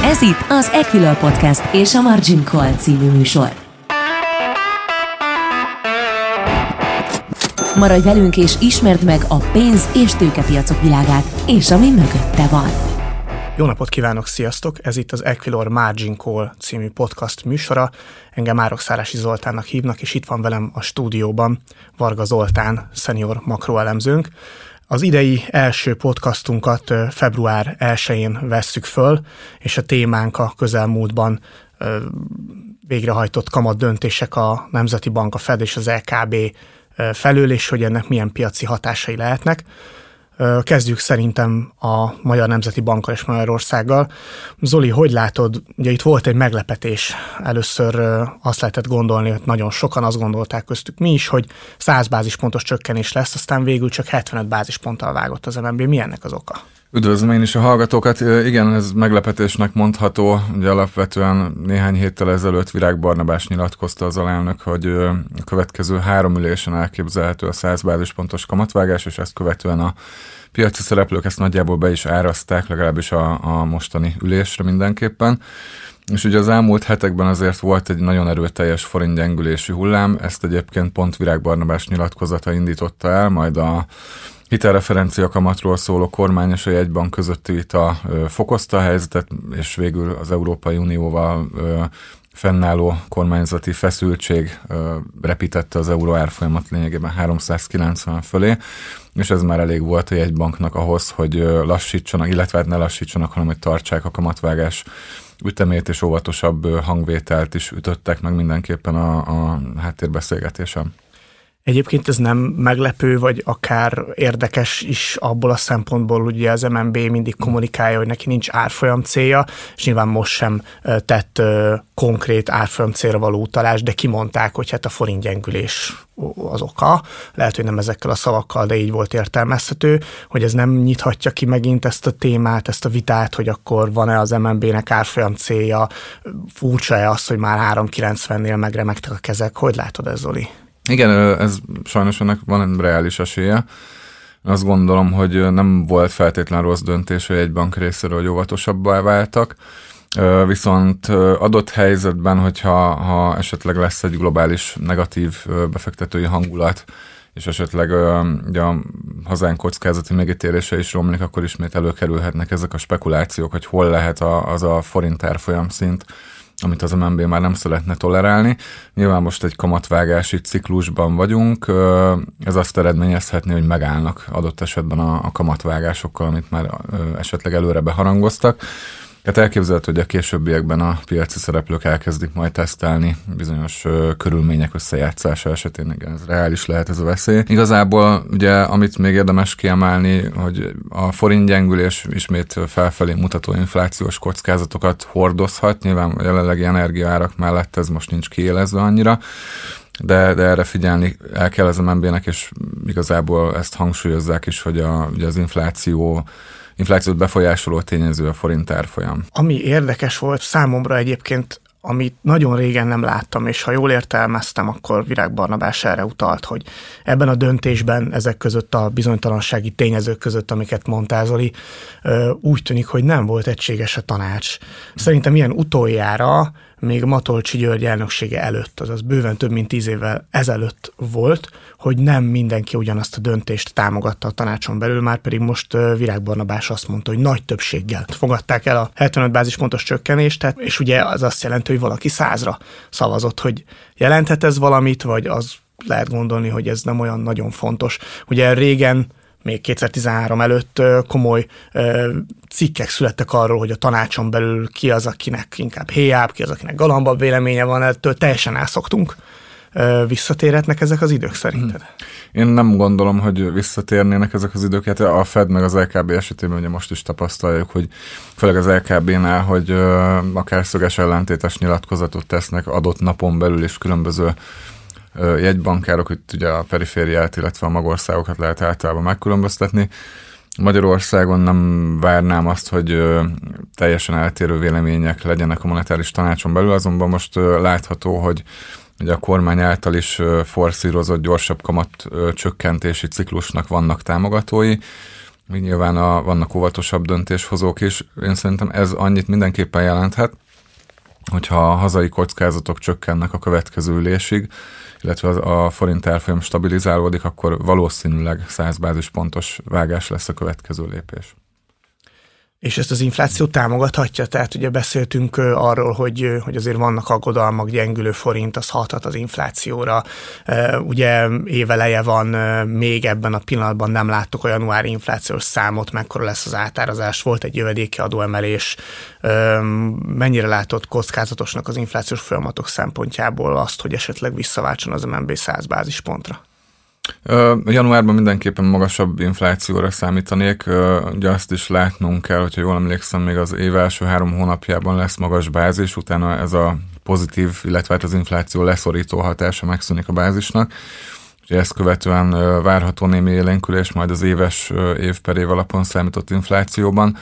Ez itt az Equilor Podcast és a Margin Call című műsor. Maradj velünk és ismerd meg a pénz- és tőkepiacok világát, és ami mögötte van. Jó napot kívánok, sziasztok! Ez itt az Equilor Margin Call című podcast műsora. Engem Árokszállási Zoltánnak hívnak, és itt van velem a stúdióban Varga Zoltán, szenior makroelemzőnk. Az idei első podcastunkat február 1-én vesszük föl, és a témánk a közelmúltban végrehajtott kamatdöntések a Nemzeti Bank, a Fed és az LKB felől, és hogy ennek milyen piaci hatásai lehetnek. Kezdjük szerintem a Magyar Nemzeti Bankkal és Magyarországgal. Zoli, hogy látod, ugye itt volt egy meglepetés. Először azt lehetett gondolni, hogy nagyon sokan azt gondolták, köztük mi is, hogy 100 bázispontos csökkenés lesz, aztán végül csak 75 bázisponttal vágott az MNB. Mi ennek az oka? Üdvözlöm én is a hallgatókat. Igen, ez meglepetésnek mondható. Ugye alapvetően néhány héttel ezelőtt Virág Barnabás nyilatkozta az alelnök, hogy a következő 3 ülésen elképzelhető a 100 bázispontos kamatvágás, és ezt követően a piaci szereplők ezt nagyjából be is árazták, legalábbis a mostani ülésre mindenképpen. És ugye az elmúlt hetekben azért volt egy nagyon erőteljes forintgyengülési hullám, ezt egyébként pont Virág Barnabás nyilatkozata indította el, majd a hitelreferencia kamatról szóló kormány és a jegybank közötti vita fokozta a helyzetet, és végül az Európai Unióval fennálló kormányzati feszültség repítette az euró árfolyamat lényegében 390 fölé, és ez már elég volt a jegybanknak ahhoz, hogy lassítsanak, illetve hát ne lassítsanak, hanem hogy tartsák a kamatvágás ütemét, és óvatosabb hangvételt is ütöttek meg mindenképpen a háttérbeszélgetésen. Egyébként ez nem meglepő, vagy akár érdekes is abból a szempontból, hogy az MNB mindig kommunikálja, hogy neki nincs árfolyam célja, és nyilván most sem tett konkrét árfolyam célra való utalást, de kimondták, hogy hát a forintgyengülés az oka. Lehet, hogy nem ezekkel a szavakkal, de így volt értelmezhető, hogy ez nem nyithatja ki megint ezt a témát, ezt a vitát, hogy akkor van-e az MNB-nek árfolyam célja, furcsa-e az, hogy már 3,90-nél megremegtek a kezek. Hogy látod ez, Zoli? Igen, ez sajnos ennek van reális esélye. Azt gondolom, hogy nem volt feltétlen rossz döntés, hogy egy bank részéről, hogy óvatosabbá váltak, viszont adott helyzetben, hogyha esetleg lesz egy globális negatív befektetői hangulat, és esetleg ugye a hazánk kockázati megítélése is romlik, akkor ismét előkerülhetnek ezek a spekulációk, hogy hol lehet az a forint árfolyam szint, amit az MNB már nem szeretne tolerálni. Nyilván most egy kamatvágási ciklusban vagyunk, ez azt eredményezhetné, hogy megállnak adott esetben a kamatvágásokkal, amit már esetleg előre beharangoztak. Tehát elképzelhető, hogy a későbbiekben a piaci szereplők elkezdik majd tesztelni bizonyos körülmények összejátszása esetén, igen, ez reális lehet ez a veszély. Igazából ugye, amit még érdemes kiemelni, hogy a forintgyengülés ismét felfelé mutató inflációs kockázatokat hordozhat, nyilván a jelenlegi energiaárak mellett ez most nincs kiélezve annyira, de erre figyelni el kell az MNB-nek, és igazából ezt hangsúlyozzák is, hogy ugye az inflációt befolyásoló tényező a forint árfolyam. Ami érdekes volt számomra egyébként, amit nagyon régen nem láttam, és ha jól értelmeztem, akkor Virág Barnabás erre utalt, hogy ebben a döntésben ezek között a bizonytalansági tényezők között, amiket mondtál, Zoli, úgy tűnik, hogy nem volt egységes a tanács. Szerintem ilyen utoljára még Matolcsy György elnöksége előtt, azaz bőven több mint 10 évvel ezelőtt volt, hogy nem mindenki ugyanazt a döntést támogatta a tanácson belül, már pedig most Virág Barnabás azt mondta, hogy nagy többséggel fogadták el a 75 bázispontos csökkenést, és ugye az azt jelenti, hogy valaki 100-ra szavazott, hogy jelenthet ez valamit, vagy az lehet gondolni, hogy ez nem olyan nagyon fontos. Ugye régen, még 2013 előtt komoly cikkek születtek arról, hogy a tanácson belül ki az, akinek inkább héjább, ki az, akinek galambabb véleménye van, ettől teljesen elszoktunk. Visszatérhetnek ezek az idők szerinted? Én nem gondolom, hogy visszatérnének ezek az idők. Hát a Fed meg az LKB esetében ugye most is tapasztaljuk, hogy főleg az LKB-nál, hogy akár szöges ellentétes nyilatkozatot tesznek adott napon belül is különböző jegybankárok, itt ugye a perifériát, illetve a magországokat lehet általában megkülönböztetni. Magyarországon nem várnám azt, hogy teljesen eltérő vélemények legyenek a monetáris tanácson belül, azonban most látható, hogy ugye a kormány által is forszírozott gyorsabb kamat csökkentési ciklusnak vannak támogatói. Még nyilván vannak óvatosabb döntéshozók is. Én szerintem ez annyit mindenképpen jelenthet, hogyha a hazai kockázatok csökkennek a következő ülésig, illetve a forint árfolyam stabilizálódik, akkor valószínűleg 100 bázispontos vágás lesz a következő lépés. És ezt az infláció támogathatja? Tehát ugye beszéltünk arról, hogy azért vannak aggodalmak, gyengülő forint, az hathat az inflációra. Ugye éveleje van, még ebben a pillanatban nem láttuk a januári inflációs számot, mekkora lesz az átárazás, volt egy jövedéki adóemelés. Mennyire látott kockázatosnak az inflációs folyamatok szempontjából azt, hogy esetleg visszaváltson az MNB 100 bázispontra? Januárban mindenképpen magasabb inflációra számítanék, ugye azt is látnunk kell, hogyha jól emlékszem, még az év első 3 hónapjában lesz magas bázis, utána ez a pozitív, illetve az infláció leszorító hatása megszűnik a bázisnak, úgyhogy ezt követően várható némi élénkülés majd az éves év per év alapon számított inflációban.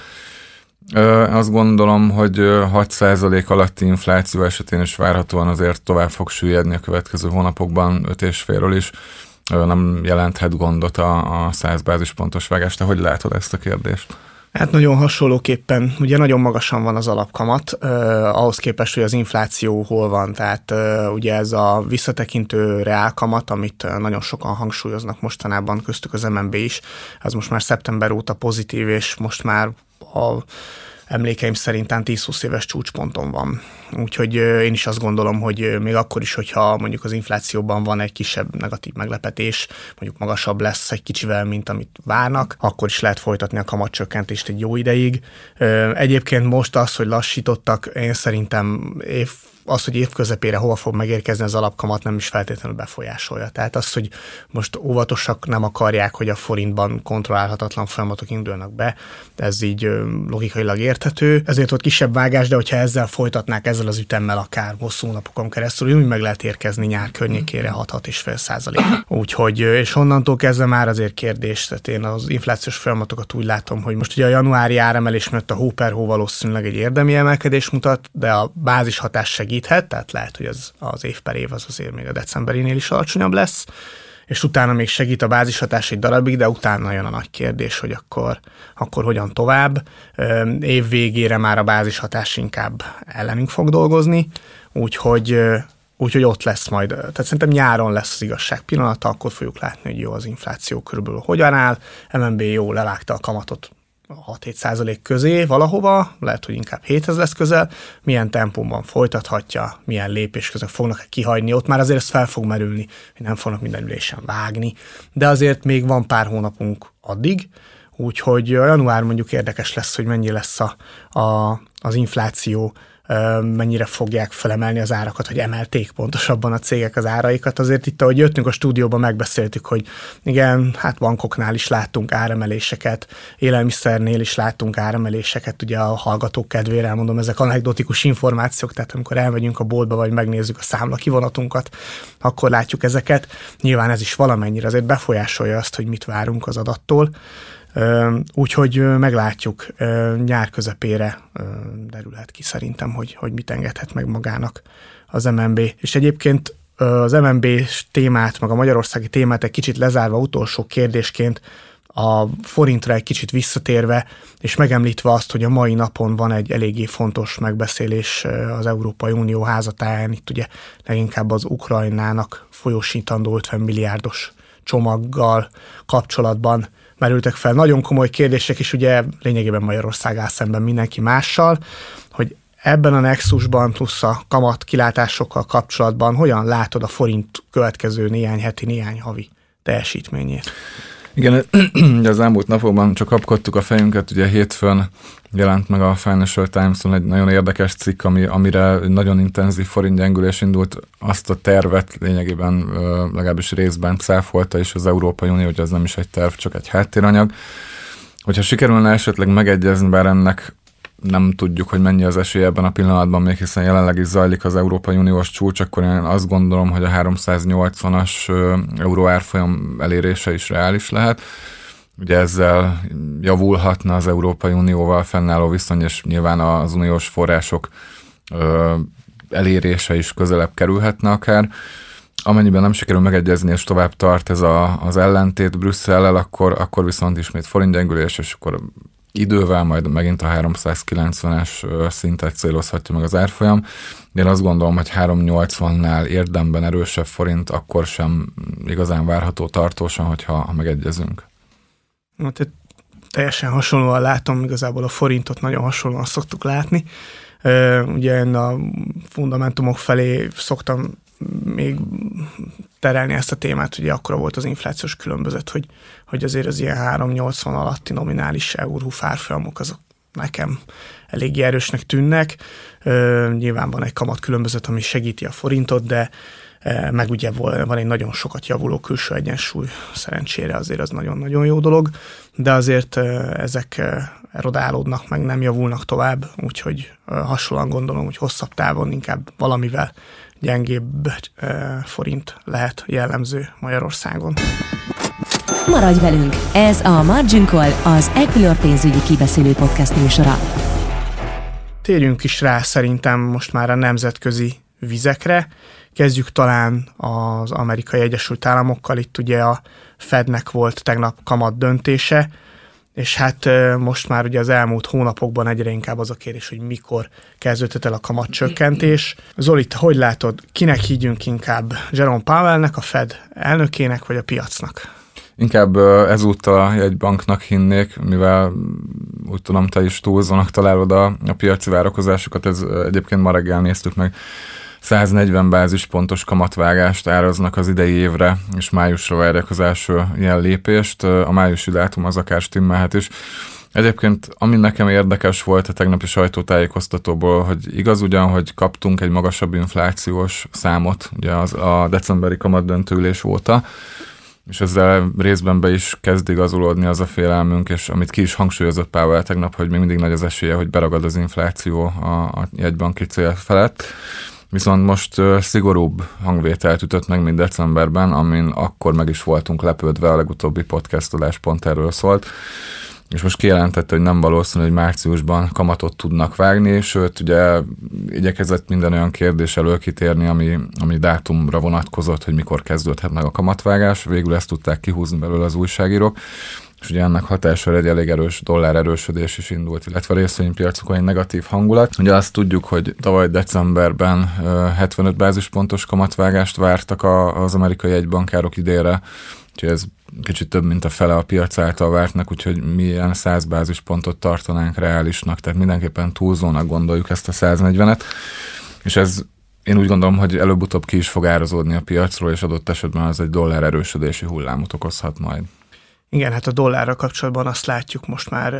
Azt gondolom, hogy 6% alatti infláció esetén is várhatóan azért tovább fog süllyedni a következő hónapokban, 5,5-ről is. Nem jelenthet gondot a 100 bázispontos vágás. Te hogy látod ezt a kérdést? Hát nagyon hasonlóképpen, ugye nagyon magasan van az alapkamat, ahhoz képest, hogy az infláció hol van, tehát ugye ez a visszatekintő reálkamat, amit nagyon sokan hangsúlyoznak mostanában, köztük az MNB is, az most már szeptember óta pozitív, és most már emlékeim szerint 10-20 éves csúcsponton van. Úgyhogy én is azt gondolom, hogy még akkor is, hogyha mondjuk az inflációban van egy kisebb negatív meglepetés, mondjuk magasabb lesz egy kicsivel, mint amit várnak, akkor is lehet folytatni a kamatcsökkentést egy jó ideig. Egyébként most az, hogy lassítottak, én szerintem az, hogy év közepére hova fog megérkezni az alapkamat, nem is feltétlenül befolyásolja. Tehát az, hogy most óvatosak nem akarják, hogy a forintban kontrollálhatatlan folyamatok indulnak be, ez így logikailag érthető. Ezért volt kisebb vágás, de hogyha ezzel folytatnák, ezzel az ütemmel akár hosszú napokon keresztül, úgy meg lehet érkezni nyár környékére 6-6,5%. Úgyhogy, és onnantól kezdve már azért kérdés, tehát én az inflációs folyamatokat úgy látom, hogy most ugye a januári áremelés miatt a hó per hó valószínűleg egy érdemi emelkedés mutat, de a bázis hatás segíthet, tehát lehet, hogy az év per év az azért még a decemberinél is alacsonyabb lesz, és utána még segít a bázishatás egy darabig, de utána jön a nagy kérdés, hogy akkor hogyan tovább. Év végére már a bázishatás inkább ellenünk fog dolgozni, úgyhogy ott lesz majd, tehát szerintem nyáron lesz az igazság pillanata, akkor fogjuk látni, hogy jó az infláció körülbelül hogyan áll, MNB jó levágta a kamatot 6-7% közé valahova, lehet, hogy inkább 7-hez lesz közel, milyen tempóban folytathatja, milyen lépés közben fognak kihagyni, ott már azért ez fel fog merülni, hogy nem fognak minden ülésen vágni, de azért még van pár hónapunk addig, úgyhogy a január mondjuk érdekes lesz, hogy mennyi lesz az infláció, mennyire fogják felemelni az árakat, hogy emelték pontosabban a cégek az áraikat. Azért itt, ahogy jöttünk a stúdióba, megbeszéltük, hogy igen, hát bankoknál is láttunk áremeléseket, élelmiszernél is láttunk áremeléseket, ugye a hallgatók kedvére elmondom, ezek anekdotikus információk, tehát amikor elmegyünk a boltba, vagy megnézzük a számlakivonatunkat, akkor látjuk ezeket. Nyilván ez is valamennyire azért befolyásolja azt, hogy mit várunk az adattól. Úgyhogy meglátjuk, nyár közepére derülhet ki szerintem, hogy mit engedhet meg magának az MNB. És egyébként az MNB témát, meg a magyarországi témát egy kicsit lezárva utolsó kérdésként a forintra egy kicsit visszatérve, és megemlítve azt, hogy a mai napon van egy eléggé fontos megbeszélés az Európai Unió házatáján, itt ugye leginkább az Ukrajnának folyósítandó 50 milliárdos csomaggal kapcsolatban merültek fel nagyon komoly kérdések, és ugye lényegében Magyarország áll szemben mindenki mással, hogy ebben a nexusban plusz a kamat kilátásokkal kapcsolatban hogyan látod a forint következő néhány heti, néhány havi teljesítményét? Igen, az elmúlt napokban csak kapkodtuk a fejünket, ugye hétfőn jelent meg a Financial Times-on egy nagyon érdekes cikk, amire nagyon intenzív forintgyengülés indult, azt a tervet lényegében legalábbis részben cáfolta is az Európai Unió, hogy ez nem is egy terv, csak egy háttéranyag. Hogyha sikerülne esetleg megegyezni, bár ennek nem tudjuk, hogy mennyi az esély ebben a pillanatban, még hiszen jelenleg is zajlik az Európai Uniós csúcs, akkor én azt gondolom, hogy a 380-as euró árfolyam elérése is reális lehet. Ugye ezzel javulhatna az Európai Unióval fennálló viszony, és nyilván az uniós források elérése is közelebb kerülhetne akár. amennyiben nem sikerül megegyezni, és tovább tart ez az ellentét Brüsszellel, akkor viszont ismét forintgyengülés, és akkor idővel majd megint a 390-es szintet célozhatja meg az árfolyam. Én azt gondolom, hogy 380-nál érdemben erősebb forint akkor sem igazán várható tartósan, hogyha megegyezünk. Tehát teljesen hasonlóan látom, igazából a forintot nagyon hasonlóan szoktuk látni. Ugye én a fundamentumok felé szoktam még terelni ezt a témát, ugye akkora volt az inflációs különbözet, hogy azért az ilyen 3,80 alatti nominális euró árfolyamok azok nekem eléggé erősnek tűnnek. Nyilván van egy kamat különbözet, ami segíti a forintot, de meg ugye van egy nagyon sokat javuló külső egyensúly, szerencsére azért az nagyon-nagyon jó dolog, de azért ezek erodálódnak, meg nem javulnak tovább, úgyhogy hasonlóan gondolom, hogy hosszabb távon inkább valamivel gyengébb forint lehet jellemző Magyarországon. Maradj velünk! Ez a Margin Call, az Equilor pénzügyi kibeszélő podcast műsora. Térjünk is rá szerintem most már a nemzetközi vizekre. Kezdjük talán az Amerikai Egyesült Államokkal. Itt ugye a Fednek volt tegnap kamat döntése, és hát most már ugye az elmúlt hónapokban egyre inkább az a kérdés, hogy mikor kezdődhet el a kamatcsökkentés. Zoli, hogy látod, kinek higgyünk inkább? Jerome Powellnek, a Fed elnökének, vagy a piacnak? Inkább ezúttal a jegybanknak hinnék, mivel úgy tudom, te is túlzónak találod a piaci várakozásokat. Ez egyébként ma reggel néztük meg. 140 bázispontos kamatvágást áraznak az idei évre, és májusra várják az első ilyen lépést. A májusi dátum az akár stimmelhet is. Egyébként, ami nekem érdekes volt a tegnapi sajtótájékoztatóból, hogy igaz ugyan, hogy kaptunk egy magasabb inflációs számot, ugye a decemberi kamatdöntőülés óta, és ezzel részben be is kezd igazolódni az a félelmünk, és amit ki is hangsúlyozott Powell tegnap, hogy még mindig nagy az esélye, hogy beragad az infláció a jegybanki cél felett. Viszont most szigorúbb hangvételt ütött meg, mint decemberben, amin akkor meg is voltunk lepődve, a legutóbbi podcast adás pont erről szólt. És most kijelentette, hogy nem valószínű, hogy márciusban kamatot tudnak vágni, sőt, ugye igyekezett minden olyan kérdés elől kitérni, ami dátumra vonatkozott, hogy mikor kezdődhet meg a kamatvágás. Végül ezt tudták kihúzni belőle az újságírók, és ugye ennek hatására egy elég erős dollár erősödés is indult, illetve a részvénypiacokon egy negatív hangulat. Ugye azt tudjuk, hogy tavaly decemberben 75 bázispontos kamatvágást vártak az amerikai jegybankárok idénre, úgyhogy ez kicsit több, mint a fele a piac által vártnak, úgyhogy mi ilyen 100 bázispontot tartanánk reálisnak, tehát mindenképpen túlzónak gondoljuk ezt a 140-et, és ez én úgy gondolom, hogy előbb-utóbb ki is fog árazódni a piacról, és adott esetben az egy dollár erősödési hullámot okozhat majd. Igen, hát a dollárral kapcsolatban azt látjuk most már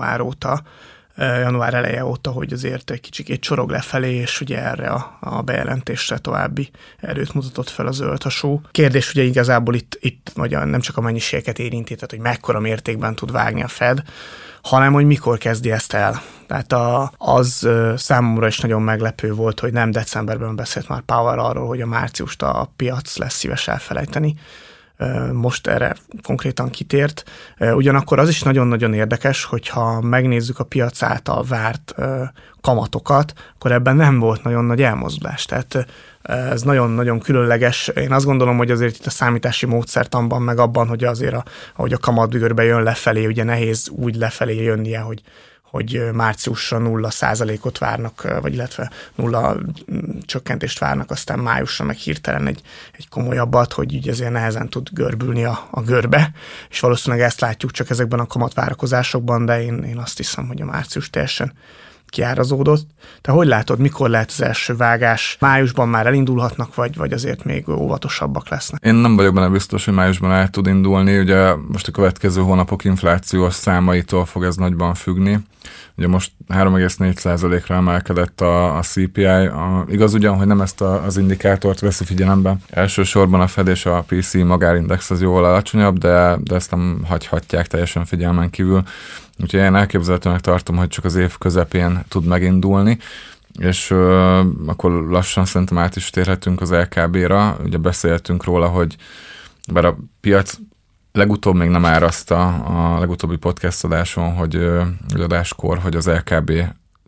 január eleje óta, hogy azért egy kicsikét csorog lefelé, és ugye erre a bejelentésre további erőt mutatott fel a zöldhasó. Kérdés ugye igazából itt nem csak a mennyiségeket érinti, tehát hogy mekkora mértékben tud vágni a Fed, hanem hogy mikor kezdi ezt el. Tehát az számomra is nagyon meglepő volt, hogy nem decemberben beszélt már Powell arról, hogy a márciust a piac lesz szíves elfelejteni. Most erre konkrétan kitért. Ugyanakkor az is nagyon-nagyon érdekes, hogyha megnézzük a piac által várt kamatokat, akkor ebben nem volt nagyon nagy elmozdulás. Tehát ez nagyon-nagyon különleges. Én azt gondolom, hogy azért itt a számítási módszertanban, meg abban, hogy azért ahogy a kamatbügörbe jön lefelé, ugye nehéz úgy lefelé jönnie, hogy márciusra 0%-ot várnak, vagy illetve 0 csökkentést várnak, aztán májusra meg hirtelen egy komolyabbat, hogy így azért nehezen tud görbülni a görbe, és valószínűleg ezt látjuk csak ezekben a kamatvárakozásokban, de én azt hiszem, hogy a március teljesen kiárazódott. Te hogy látod, mikor lehet az első vágás? Májusban már elindulhatnak, vagy azért még óvatosabbak lesznek? Én nem vagyok benne biztos, hogy májusban el tud indulni. Ugye most a következő hónapok inflációs számaitól fog ez nagyban függni. Ugye most 3,4%-ra emelkedett a CPI. Igaz ugyan, hogy nem ezt az indikátort veszi figyelembe. Elsősorban a Fed és a PC magárindex az jóval alacsonyabb, de ezt nem hagyhatják teljesen figyelmen kívül. Úgyhogy én elképzelhetőnek tartom, hogy csak az év közepén tud megindulni, és akkor lassan szerintem át is térhetünk az LKB-ra. Ugye beszéltünk róla, hogy bár a piac legutóbb még nem árazta a legutóbbi podcast adáson, hogy adáskor, hogy az LKB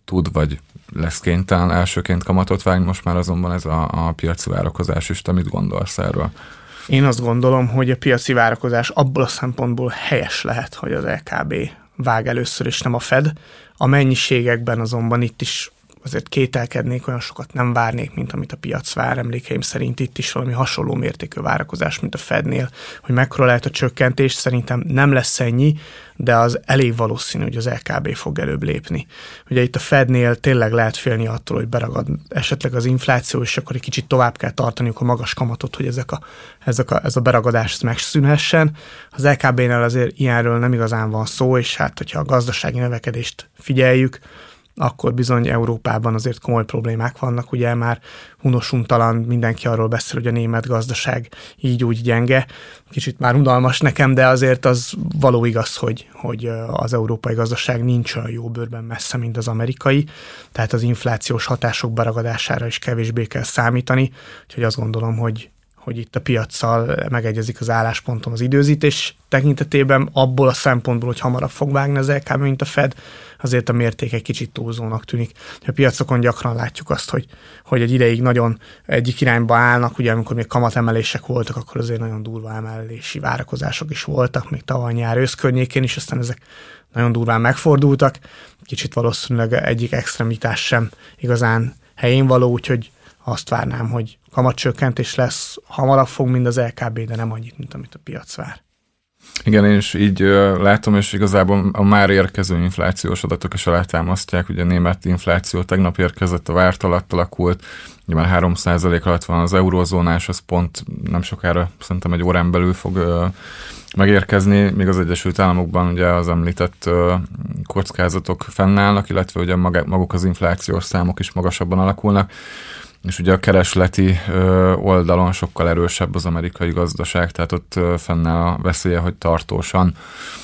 tud, vagy lesz kénytelen elsőként kamatot vágni, most már azonban ez a piaci várakozás is. Te mit gondolsz erről? Én azt gondolom, hogy a piaci várakozás abból a szempontból helyes lehet, hogy az LKB vág először, és nem a Fed. A mennyiségekben azonban itt is azért kételkednék, olyan sokat nem várnék, mint amit a piac vár. Emlékeim szerint itt is valami hasonló mértékű várakozás, mint a Fednél, hogy mekkora lehet a csökkentés. Szerintem nem lesz ennyi, de az elég valószínű, hogy az LKB fog előbb lépni. Ugye itt a Fednél tényleg lehet félni attól, hogy beragad esetleg az infláció, és akkor egy kicsit tovább kell tartaniuk a magas kamatot, hogy ez a beragadás megszűnhessen. Az LKB-nél azért ilyenről nem igazán van szó, és hát, hogyha a gazdasági növekedést figyeljük, akkor bizony Európában azért komoly problémák vannak, ugye már unosuntalan, mindenki arról beszél, hogy a német gazdaság így úgy gyenge. Kicsit már unalmas nekem, de azért az való igaz, hogy az európai gazdaság nincs olyan jó bőrben messze, mint az amerikai, tehát az inflációs hatások beragadására is kevésbé kell számítani, úgyhogy azt gondolom, hogy itt a piaccal megegyezik az álláspontom az időzítés tekintetében, abból a szempontból, hogy hamarabb fog vágni az LKB, mint a Fed, azért a mérték egy kicsit túlzónak tűnik. A piacokon gyakran látjuk azt, hogy egy ideig nagyon egyik irányba állnak, ugye amikor még kamatemelések voltak, akkor azért nagyon durva emelési várakozások is voltak, még tavaly nyár ősz környékén is, aztán ezek nagyon durván megfordultak. Kicsit valószínűleg egyik extremitás sem igazán helyén való, úgyhogy azt várnám, hogy kamatcsökkentés lesz, hamarabb fog, mint az LKB, de nem annyit, mint amit a piac vár. Igen, én is így látom, és igazából a már érkező inflációs adatok is alátámasztják, ugye a német infláció tegnap érkezett, a várt alatt alakult, ugye már 3% alatt van az eurózónás, az pont nem sokára, szerintem egy órán belül fog megérkezni, még az Egyesült Államokban ugye az említett kockázatok fennállnak, illetve ugye maguk az inflációs számok is magasabban alakulnak, és ugye a keresleti oldalon sokkal erősebb az amerikai gazdaság, tehát ott fennáll a veszélye, hogy tartósan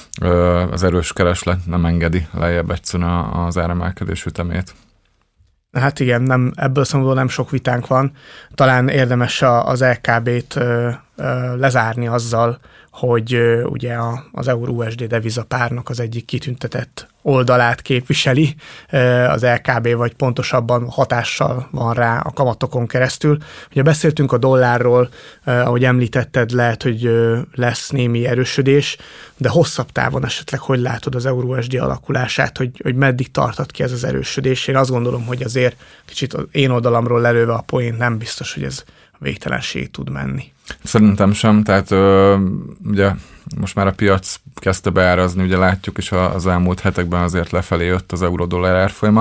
az erős kereslet nem engedi lejjebb egyszerűen az áremelkedés ütemét. Hát igen, ebből szempontból nem sok vitánk van. Talán érdemes az LKB-t lezárni azzal, hogy ugye az euró-USD devizapárnak az egyik kitüntetett oldalát képviseli az LKB, vagy pontosabban hatással van rá a kamatokon keresztül. Ugye beszéltünk a dollárról, ahogy említetted, lehet, hogy lesz némi erősödés, de hosszabb távon esetleg hogy látod az euró-USD alakulását, hogy meddig tartat ki ez az erősödés? Én azt gondolom, hogy azért kicsit az én oldalamról lelőve a poént nem biztos, hogy ez végtelenség tud menni. Szerintem sem, tehát ugye most már a piac kezdte beárazni, ugye látjuk is az elmúlt hetekben azért lefelé jött az euró-dollár árfolyama.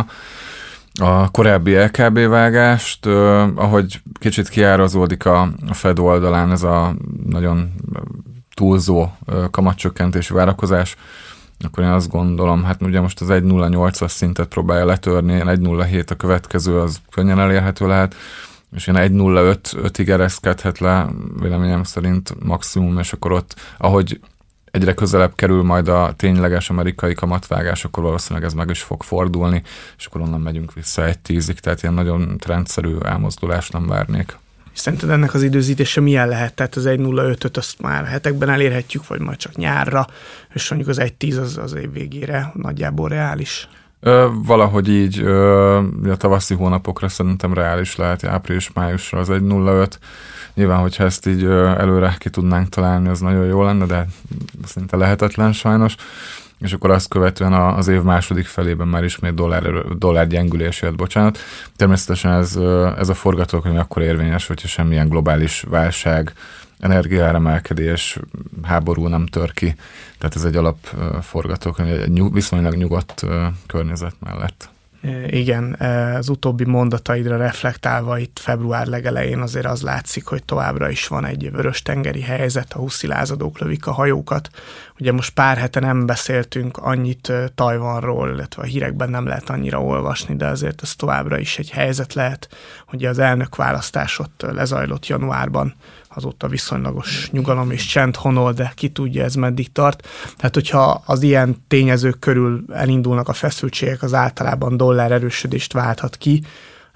A korábbi LKB vágást, ahogy kicsit kiárazódik a Fed oldalán ez a nagyon túlzó kamatcsökkentési várakozás, akkor én azt gondolom, hát ugye most az 1,08-as szintet próbálja letörni, 1,07 a következő, az könnyen elérhető lehet, és ilyen 1,05-ig ereszkedhet le, véleményem szerint maximum, és akkor ott, ahogy egyre közelebb kerül majd a tényleges amerikai kamatvágás, akkor valószínűleg ez meg is fog fordulni, és akkor onnan megyünk vissza 1,10-ig, tehát ilyen nagyon trendszerű elmozdulást nem várnék. Szerinted ennek az időzítése milyen lehet? Tehát az 1,05-öt azt már hetekben elérhetjük, vagy majd csak nyárra, és mondjuk az 1,10 az év végére nagyjából reális? Valahogy így a tavaszi hónapokra szerintem reális lehet, április-májusra az 1,05. Nyilván, hogyha ezt így előre ki tudnánk találni, az nagyon jó lenne, de szinte lehetetlen sajnos. És akkor azt követően az év második felében már ismét dollár gyengülés jött, bocsánat. Természetesen ez a forgatókönyv akkor érvényes, hogyha semmilyen globális válság, energiaáremelkedés, háború nem tör ki. Tehát ez egy alapforgatókönyv, egy viszonylag nyugodt környezet mellett. Igen, az utóbbi mondataidra reflektálva itt február legelején azért az látszik, hogy továbbra is van egy vörös-tengeri helyzet, a huszi lázadók lövik a hajókat. Ugye most pár hete nem beszéltünk annyit Tajvanról, illetve a hírekben nem lehet annyira olvasni, de azért ez továbbra is egy helyzet lehet, hogy az elnökválasztás ott lezajlott januárban, azóta viszonylagos nyugalom és csend honol, de ki tudja, ez meddig tart. Tehát, hogyha az ilyen tényezők körül elindulnak a feszültségek, az általában dollár erősödést válthat ki.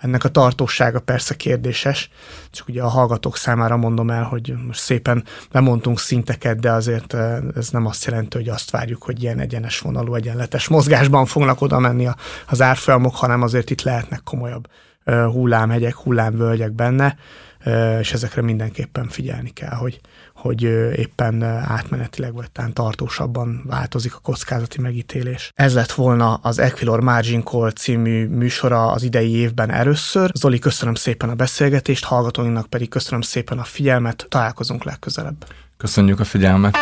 Ennek a tartósága persze kérdéses, csak ugye a hallgatók számára mondom el, hogy most szépen lemondtunk szinteket, de azért ez nem azt jelenti, hogy azt várjuk, hogy ilyen egyenes vonalú, egyenletes mozgásban fognak oda menni az árfolyamok, hanem azért itt lehetnek komolyabb hullámhegyek, hullámvölgyek benne, és ezekre mindenképpen figyelni kell, hogy éppen átmenetileg vagy talán tartósabban változik a kockázati megítélés. Ez lett volna az Equilor Margin Call című műsora az idei évben először. Zoli, köszönöm szépen a beszélgetést, hallgatóinknak pedig köszönöm szépen a figyelmet, találkozunk legközelebb. Köszönjük a figyelmet!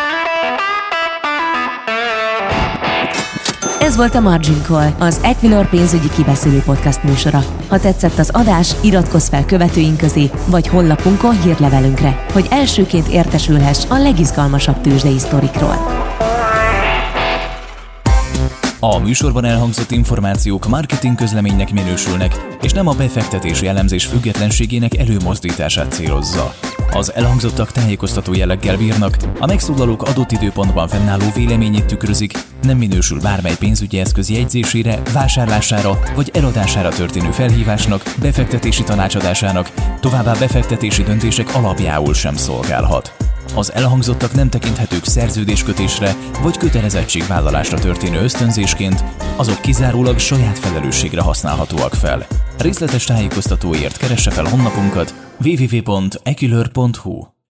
Ez volt a Margin Call, az Equilor pénzügyi kibeszélő podcast műsora. Ha tetszett az adás, iratkozz fel követőink közé, vagy honlapunkon hírlevelünkre, hogy elsőként értesülhess a legizgalmasabb tőzsdei sztorikról. A műsorban elhangzott információk marketing közleménynek minősülnek, és nem a befektetési elemzés függetlenségének előmozdítását célozza. Az elhangzottak tájékoztató jelleggel bírnak, a megszólalók adott időpontban fennálló véleményét tükrözik, nem minősül bármely pénzügyi eszköz jegyzésére, vásárlására vagy eladására történő felhívásnak, befektetési tanácsadásának, továbbá befektetési döntések alapjául sem szolgálhat. Az elhangzottak nem tekinthetők szerződéskötésre vagy kötelezettségvállalásra történő ösztönzésként, azok kizárólag saját felelősségre használhatóak fel. Részletes tájékoztatóért keresse fel honlapunkat www.equilor.hu.